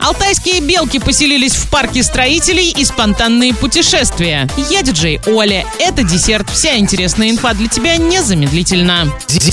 Алтайские белки поселились в парке строителей и спонтанные путешествия. Я диджей Оля. Это десерт. Вся интересная инфа для тебя незамедлительно.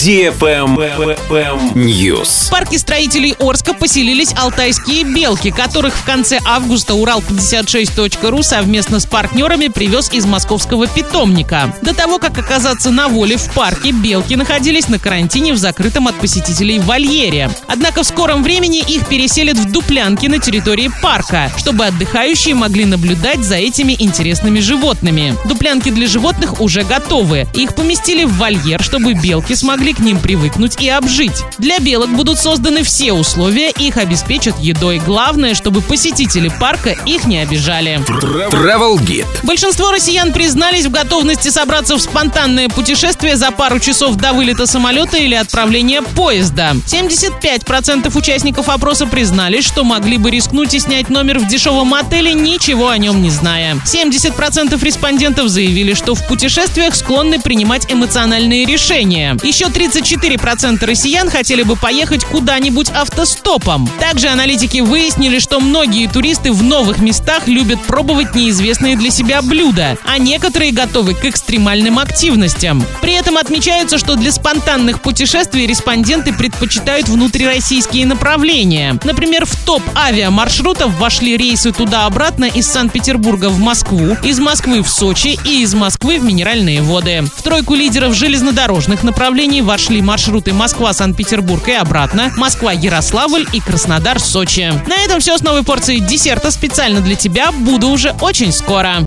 News. В парке строителей Орска поселились алтайские белки, которых в конце августа Урал56.ру совместно с партнерами привез из московского питомника. До того, как оказаться на воле в парке, белки находились на карантине в закрытом от посетителей вольере. Однако в скором времени их переселят в дуплянки на территории парка, чтобы отдыхающие могли наблюдать за этими интересными животными. Дуплянки для животных уже готовы. Их поместили в вольер, чтобы белки смогли к ним привыкнуть и обжить. Для белок будут созданы все условия, их обеспечат едой. Главное, чтобы посетители парка их не обижали. Travel Guide. Большинство россиян признались в готовности собраться в спонтанное путешествие за пару часов до вылета самолета или отправления поезда. 75% участников опроса признались, что могли бы рискнуть и снять номер в дешевом отеле, ничего о нем не зная. 70% респондентов заявили, что в путешествиях склонны принимать эмоциональные решения. Еще 34% россиян хотели бы поехать куда-нибудь автостопом. Также аналитики выяснили, что многие туристы в новых местах любят пробовать неизвестные для себя блюда, а некоторые готовы к экстремальным активностям. При этом отмечается, что для спонтанных путешествий респонденты предпочитают внутрироссийские направления. Например, в топ авиамаршрутов вошли рейсы туда-обратно из Санкт-Петербурга в Москву, из Москвы в Сочи и из Москвы в Минеральные воды. В тройку лидеров железнодорожных направлений вошли маршруты Москва-Санкт-Петербург и обратно, Москва-Ярославль и Краснодар-Сочи. На этом все с новой порцией десерта специально для тебя. Буду уже очень скоро.